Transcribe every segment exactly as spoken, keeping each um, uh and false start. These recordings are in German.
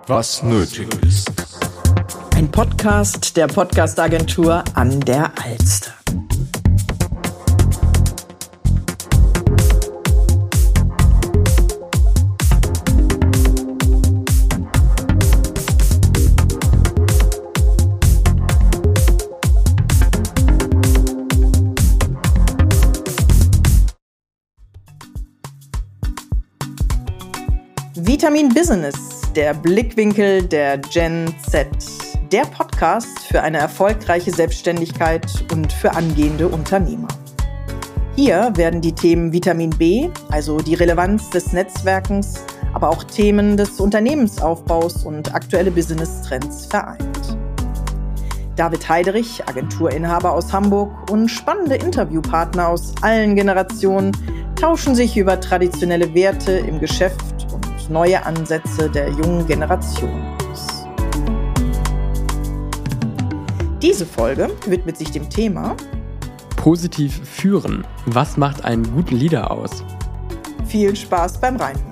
was nötig ist. Ein Podcast der Podcast-Agentur an der Alster. Vitamin Business, der Blickwinkel der Gen Z. Der Podcast für eine erfolgreiche Selbstständigkeit und für angehende Unternehmer. Hier werden die Themen Vitamin B, also die Relevanz des Netzwerkens, aber auch Themen des Unternehmensaufbaus und aktuelle Business-Trends vereint. David Heiderich, Agenturinhaber aus Hamburg, und spannende Interviewpartner aus allen Generationen tauschen sich über traditionelle Werte im Geschäft und neue Ansätze der jungen Generation aus. Diese Folge widmet sich dem Thema Positiv führen. Was macht einen guten Leader aus? Viel Spaß beim Reinhören.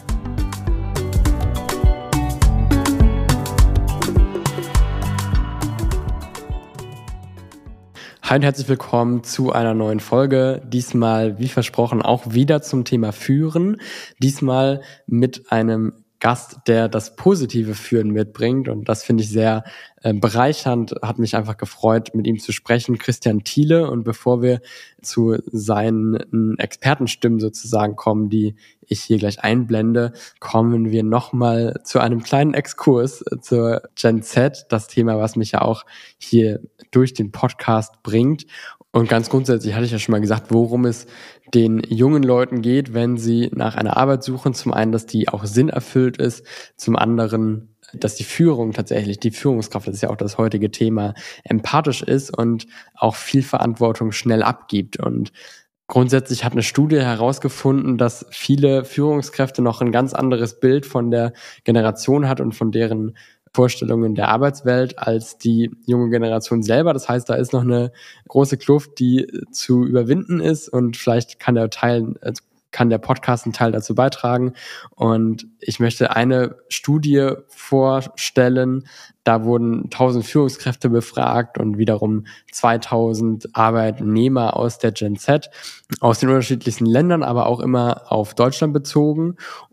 Hi und herzlich willkommen zu einer neuen Folge. Diesmal, wie versprochen, auch wieder zum Thema Führen. Diesmal mit einem Gast, der das positive Führen mitbringt, und das finde ich sehr äh, bereichernd, hat mich einfach gefreut, mit ihm zu sprechen, Christian Thiele. Und bevor wir zu seinen Expertenstimmen sozusagen kommen, die ich hier gleich einblende, kommen wir nochmal zu einem kleinen Exkurs zur Gen Z, das Thema, was mich ja auch hier durch den Podcast bringt. Und ganz grundsätzlich hatte ich ja schon mal gesagt, worum es den jungen Leuten geht, wenn sie nach einer Arbeit suchen. Zum einen, dass die auch sinnerfüllt ist, zum anderen, dass die Führung tatsächlich, die Führungskraft, das ist ja auch das heutige Thema, empathisch ist und auch viel Verantwortung schnell abgibt. Und grundsätzlich hat eine Studie herausgefunden, dass viele Führungskräfte noch ein ganz anderes Bild von der Generation hat und von deren Vorstellungen der Arbeitswelt als die junge Generation selber. Das heißt, da ist noch eine große Kluft, die zu überwinden ist, und vielleicht kann der Teil, kann der Podcast einen Teil dazu beitragen. Und ich möchte eine Studie vorstellen. Da wurden tausend Führungskräfte befragt und wiederum zweitausend Arbeitnehmer aus der Gen Z, aus den unterschiedlichsten Ländern, aber auch immer auf Deutschland bezogen.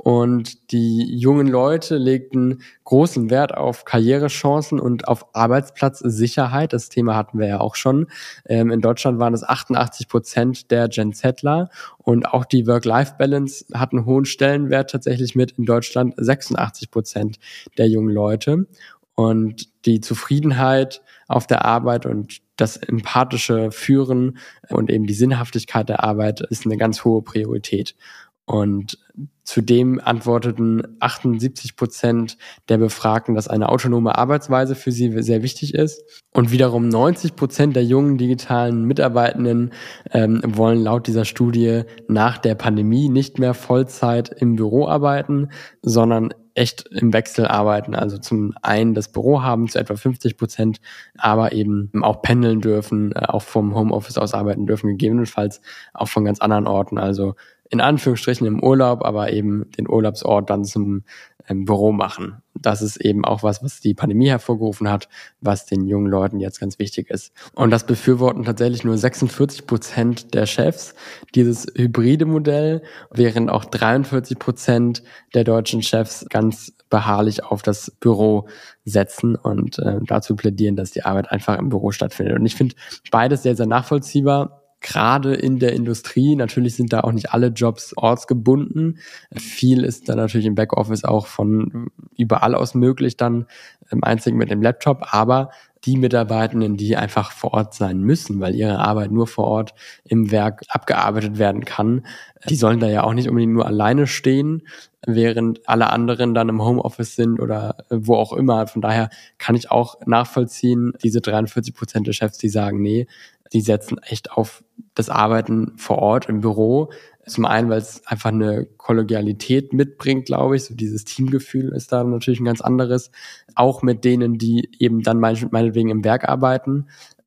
Und die jungen Leute legten großen Wert auf Karrierechancen und auf Arbeitsplatzsicherheit. Das Thema hatten wir ja auch schon. Ähm, in Deutschland waren es achtundachtzig Prozent der Gen Zler, und auch die Work-Life-Balance hat einen hohen Stellenwert tatsächlich mit, in Deutschland sechsundachtzig Prozent der jungen Leute. Und die Zufriedenheit auf der Arbeit und das empathische Führen und eben die Sinnhaftigkeit der Arbeit ist eine ganz hohe Priorität. Und zudem antworteten achtundsiebzig Prozent der Befragten, dass eine autonome Arbeitsweise für sie sehr wichtig ist. Und wiederum neunzig Prozent der jungen digitalen Mitarbeitenden ähm, wollen laut dieser Studie nach der Pandemie nicht mehr Vollzeit im Büro arbeiten, sondern echt im Wechsel arbeiten. Also zum einen das Büro haben zu etwa fünfzig Prozent, aber eben auch pendeln dürfen, auch vom Homeoffice aus arbeiten dürfen, gegebenenfalls auch von ganz anderen Orten. Also in Anführungsstrichen im Urlaub, aber eben den Urlaubsort dann zum ähm, Büro machen. Das ist eben auch was, was die Pandemie hervorgerufen hat, was den jungen Leuten jetzt ganz wichtig ist. Und das befürworten tatsächlich nur sechsundvierzig Prozent der Chefs, dieses hybride Modell, während auch dreiundvierzig Prozent der deutschen Chefs ganz beharrlich auf das Büro setzen und äh, dazu plädieren, dass die Arbeit einfach im Büro stattfindet. Und ich finde beides sehr, sehr nachvollziehbar. Gerade in der Industrie, natürlich sind da auch nicht alle Jobs ortsgebunden. Viel ist da natürlich im Backoffice auch von überall aus möglich, dann im einzigen mit dem Laptop. Aber die Mitarbeitenden, die einfach vor Ort sein müssen, weil ihre Arbeit nur vor Ort im Werk abgearbeitet werden kann, die sollen da ja auch nicht unbedingt nur alleine stehen, während alle anderen dann im Homeoffice sind oder wo auch immer. Von daher kann ich auch nachvollziehen, diese dreiundvierzig Prozent der Chefs, die sagen, nee, die setzen echt auf das Arbeiten vor Ort im Büro. Zum einen, weil es einfach eine Kollegialität mitbringt, glaube ich. So dieses Teamgefühl ist da natürlich ein ganz anderes. Auch mit denen, die eben dann meinetwegen im Werk arbeiten.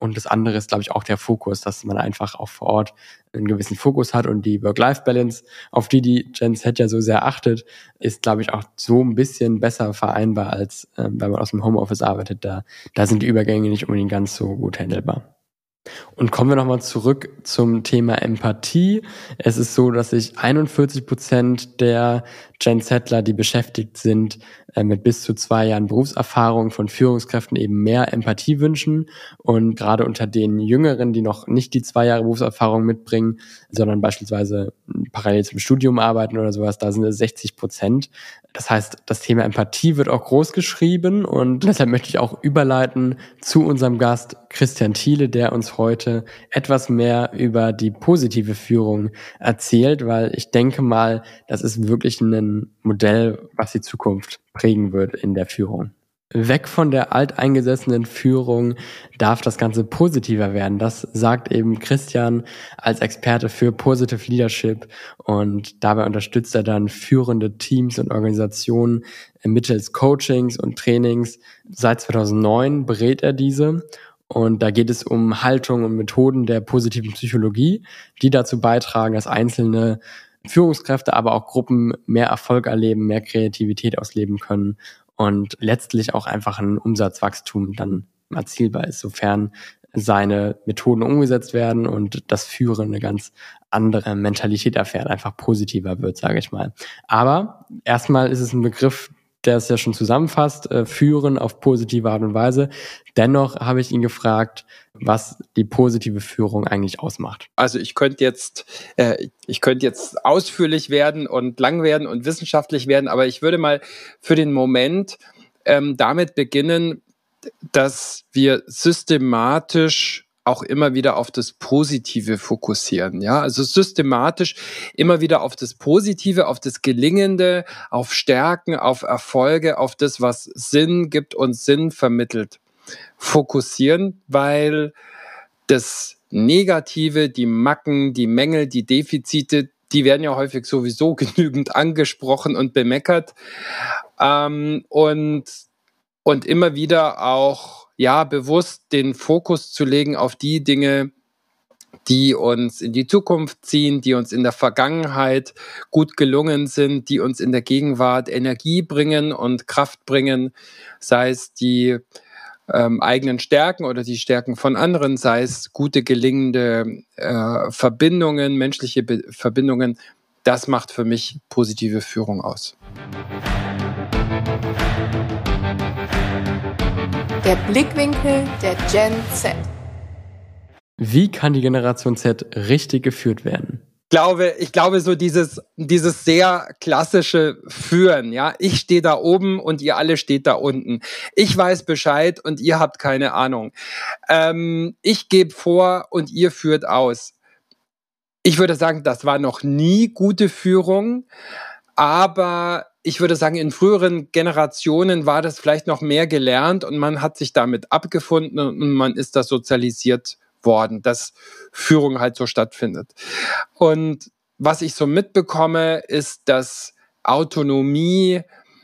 Und das andere ist, glaube ich, auch der Fokus, dass man einfach auch vor Ort einen gewissen Fokus hat und die Work-Life-Balance, auf die die Gen Z ja so sehr achtet, ist, glaube ich, auch so ein bisschen besser vereinbar, als ähm, wenn man aus dem Homeoffice arbeitet. Da, da sind die Übergänge nicht unbedingt ganz so gut handelbar. Und kommen wir nochmal zurück zum Thema Empathie. Es ist so, dass sich einundvierzig Prozent der Gen Zler, die beschäftigt sind, mit bis zu zwei Jahren Berufserfahrung von Führungskräften eben mehr Empathie wünschen. Und gerade unter den Jüngeren, die noch nicht die zwei Jahre Berufserfahrung mitbringen, sondern beispielsweise parallel zum Studium arbeiten oder sowas, da sind es sechzig Prozent. Das heißt, das Thema Empathie wird auch groß geschrieben und deshalb möchte ich auch überleiten zu unserem Gast Christian Thiele, der uns heute etwas mehr über die positive Führung erzählt, weil ich denke mal, das ist wirklich ein Modell, was die Zukunft prägen wird in der Führung. Weg von der alteingesessenen Führung darf das Ganze positiver werden. Das sagt eben Christian als Experte für Positive Leadership und dabei unterstützt er dann führende Teams und Organisationen mittels Coachings und Trainings. Seit zweitausendneun berät er diese und da geht es um Haltung und Methoden der positiven Psychologie, die dazu beitragen, dass einzelne Führungskräfte, aber auch Gruppen mehr Erfolg erleben, mehr Kreativität ausleben können und letztlich auch einfach ein Umsatzwachstum dann erzielbar ist, sofern seine Methoden umgesetzt werden und das Führen eine ganz andere Mentalität erfährt, einfach positiver wird, sage ich mal. Aber erstmal ist es ein Begriff, der es ja schon zusammenfasst, äh, Führen auf positive Art und Weise. Dennoch habe ich ihn gefragt, was die positive Führung eigentlich ausmacht. Also ich könnte jetzt, äh, ich könnte jetzt ausführlich werden und lang werden und wissenschaftlich werden, aber ich würde mal für den Moment ähm, damit beginnen, dass wir systematisch auch immer wieder auf das Positive fokussieren, ja, also systematisch immer wieder auf das Positive, auf das Gelingende, auf Stärken, auf Erfolge, auf das, was Sinn gibt und Sinn vermittelt, fokussieren, weil das Negative, die Macken, die Mängel, die Defizite, die werden ja häufig sowieso genügend angesprochen und bemeckert ähm, und, und immer wieder auch ja, bewusst den Fokus zu legen auf die Dinge, die uns in die Zukunft ziehen, die uns in der Vergangenheit gut gelungen sind, die uns in der Gegenwart Energie bringen und Kraft bringen, sei es die ähm, eigenen Stärken oder die Stärken von anderen, sei es gute, gelingende äh, Verbindungen, menschliche Be- Verbindungen. Das macht für mich positive Führung aus. Der Blickwinkel der Gen Z. Wie kann die Generation Z richtig geführt werden? Ich glaube, ich glaube so dieses, dieses sehr klassische Führen, ja. Ich stehe da oben und ihr alle steht da unten. Ich weiß Bescheid und ihr habt keine Ahnung. Ähm, ich gebe vor und ihr führt aus. Ich würde sagen, das war noch nie gute Führung, aber ich würde sagen, in früheren Generationen war das vielleicht noch mehr gelernt und man hat sich damit abgefunden und man ist da sozialisiert worden, dass Führung halt so stattfindet. Und was ich so mitbekomme, ist, dass Autonomie,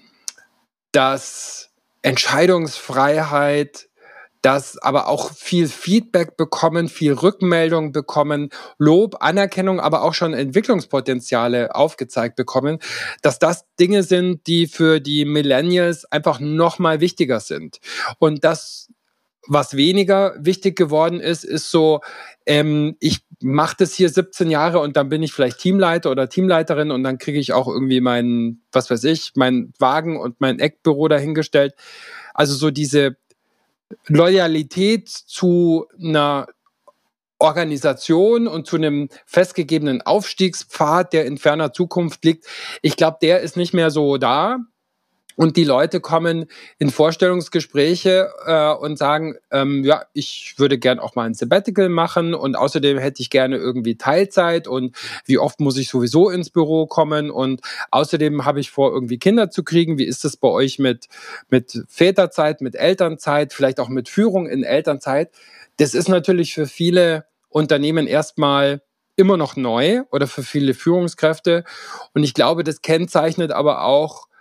dass Entscheidungsfreiheit, dass aber auch viel Feedback bekommen, viel Rückmeldung bekommen, Lob, Anerkennung, aber auch schon Entwicklungspotenziale aufgezeigt bekommen, dass das Dinge sind, die für die Millennials einfach noch mal wichtiger sind. Und das, was weniger wichtig geworden ist, ist so, ähm, ich mache das hier siebzehn Jahre und dann bin ich vielleicht Teamleiter oder Teamleiterin und dann kriege ich auch irgendwie meinen, was weiß ich, meinen Wagen und mein Eckbüro dahingestellt. Also so diese Loyalität zu einer Organisation und zu einem festgegebenen Aufstiegspfad, der in ferner Zukunft liegt, ich glaube, der ist nicht mehr so da. Und die Leute kommen in Vorstellungsgespräche äh, und sagen, ähm, ja, ich würde gern auch mal ein Sabbatical machen und außerdem hätte ich gerne irgendwie Teilzeit und wie oft muss ich sowieso ins Büro kommen und außerdem habe ich vor, irgendwie Kinder zu kriegen. Wie ist das bei euch mit, mit Väterzeit, mit Elternzeit, vielleicht auch mit Führung in Elternzeit? Das ist natürlich für viele Unternehmen erstmal immer noch neu oder für viele Führungskräfte und ich glaube, das kennzeichnet aber auch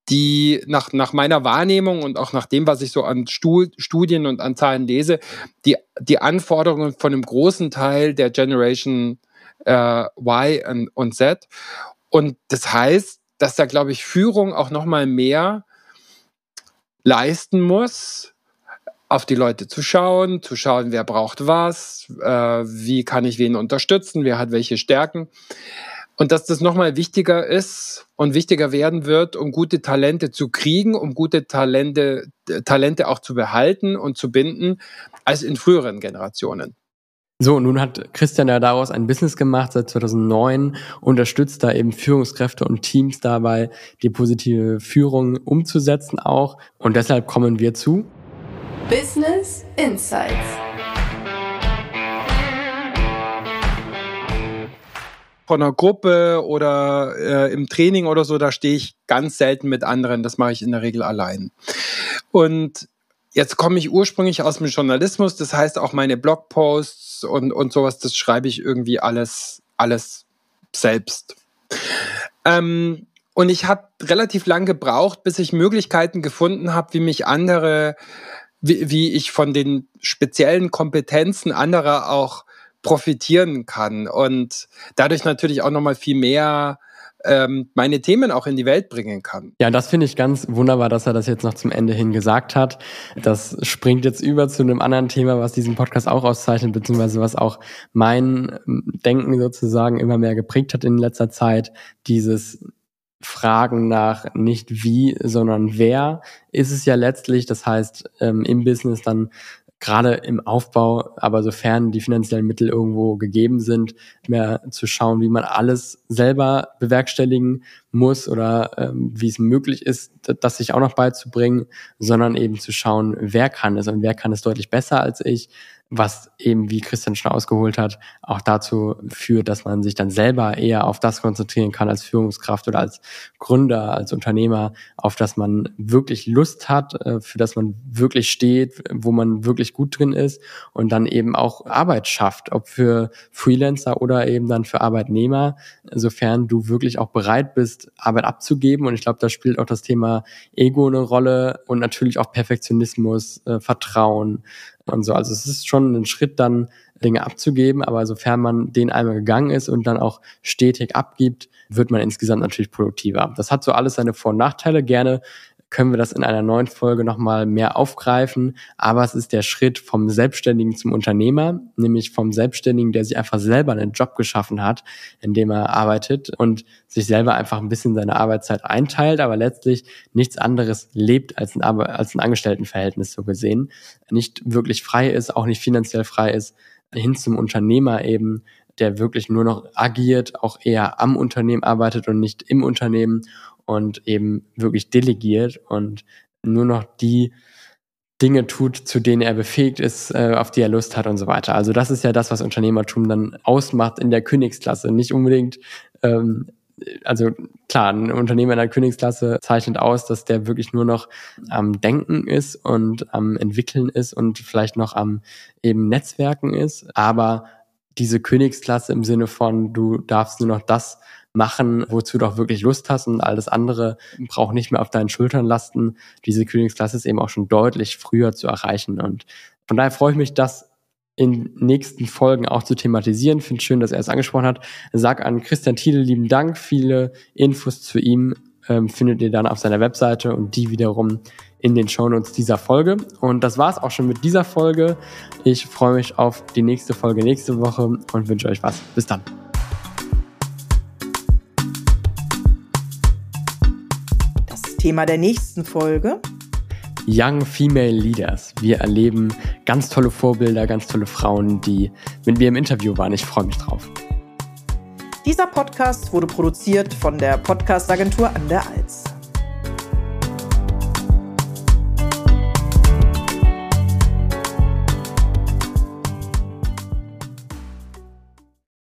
die nach, nach meiner Wahrnehmung und auch nach dem, was ich so an Stu- Studien und an Zahlen lese, die, die Anforderungen von einem großen Teil der Generation äh, Y und, und Z. Und das heißt, dass da, glaube ich, Führung auch nochmal mehr leisten muss, auf die Leute zu schauen, zu schauen, wer braucht was, äh, wie kann ich wen unterstützen, wer hat welche Stärken. Und dass das nochmal wichtiger ist und wichtiger werden wird, um gute Talente zu kriegen, um gute Talente, Talente auch zu behalten und zu binden, als in früheren Generationen. So, nun hat Christian ja daraus ein Business gemacht seit zweitausendneun, unterstützt da eben Führungskräfte und Teams dabei, die positive Führung umzusetzen auch. Und deshalb kommen wir zu Business Insights. Von einer Gruppe oder äh, im Training oder so, da stehe ich ganz selten mit anderen. Das mache ich in der Regel allein. Und jetzt komme ich ursprünglich aus dem Journalismus. Das heißt, auch meine Blogposts und, und sowas, das schreibe ich irgendwie alles, alles selbst. Ähm, und ich habe relativ lang gebraucht, bis ich Möglichkeiten gefunden habe, wie mich andere, wie, wie ich von den speziellen Kompetenzen anderer auch profitieren kann und dadurch natürlich auch nochmal viel mehr ähm, meine Themen auch in die Welt bringen kann. Ja, das finde ich ganz wunderbar, dass er das jetzt noch zum Ende hin gesagt hat. Das springt jetzt über zu einem anderen Thema, was diesen Podcast auch auszeichnet, beziehungsweise was auch mein Denken sozusagen immer mehr geprägt hat in letzter Zeit. Dieses Fragen nach nicht wie, sondern wer ist es ja letztlich. Das heißt, ähm, im Business dann gerade im Aufbau, aber sofern die finanziellen Mittel irgendwo gegeben sind, mehr zu schauen, wie man alles selber bewerkstelligen muss oder ähm, wie es möglich ist, das sich auch noch beizubringen, sondern eben zu schauen, wer kann es und wer kann es deutlich besser als ich, was eben, wie Christian schon ausgeholt hat, auch dazu führt, dass man sich dann selber eher auf das konzentrieren kann als Führungskraft oder als Gründer, als Unternehmer, auf das man wirklich Lust hat, für das man wirklich steht, wo man wirklich gut drin ist und dann eben auch Arbeit schafft, ob für Freelancer oder eben dann für Arbeitnehmer, sofern du wirklich auch bereit bist, Arbeit abzugeben. Und ich glaube, da spielt auch das Thema Ego eine Rolle und natürlich auch Perfektionismus, äh, Vertrauen und so. Also es ist schon ein Schritt, dann Dinge abzugeben, aber sofern man den einmal gegangen ist und dann auch stetig abgibt, wird man insgesamt natürlich produktiver. Das hat so alles seine Vor- und Nachteile. Gerne können wir das in einer neuen Folge nochmal mehr aufgreifen, aber es ist der Schritt vom Selbstständigen zum Unternehmer, nämlich vom Selbstständigen, der sich einfach selber einen Job geschaffen hat, in dem er arbeitet und sich selber einfach ein bisschen seine Arbeitszeit einteilt, aber letztlich nichts anderes lebt als ein, als ein Angestelltenverhältnis so gesehen, nicht wirklich frei ist, auch nicht finanziell frei ist, hin zum Unternehmer eben, der wirklich nur noch agiert, auch eher am Unternehmen arbeitet und nicht im Unternehmen und eben wirklich delegiert und nur noch die Dinge tut, zu denen er befähigt ist, auf die er Lust hat und so weiter. Also das ist ja das, was Unternehmertum dann ausmacht in der Königsklasse. Nicht unbedingt, ähm, also klar, ein Unternehmer in der Königsklasse zeichnet aus, dass der wirklich nur noch am Denken ist und am Entwickeln ist und vielleicht noch am eben Netzwerken ist, aber diese Königsklasse im Sinne von, du darfst nur noch das machen, wozu du auch wirklich Lust hast und alles andere braucht nicht mehr auf deinen Schultern lasten. Diese Königsklasse ist eben auch schon deutlich früher zu erreichen und von daher freue ich mich, das in nächsten Folgen auch zu thematisieren. Finde es schön, dass er es angesprochen hat. Sag an Christian Thiele lieben Dank. Viele Infos zu ihm ähm, findet ihr dann auf seiner Webseite und die wiederum in den Shownotes dieser Folge. Und das war's auch schon mit dieser Folge. Ich freue mich auf die nächste Folge nächste Woche und wünsche euch was. Bis dann. Das Thema der nächsten Folge: Young Female Leaders. Wir erleben ganz tolle Vorbilder, ganz tolle Frauen, die mit mir im Interview waren. Ich freue mich drauf. Dieser Podcast wurde produziert von der Podcast-Agentur An der Alz.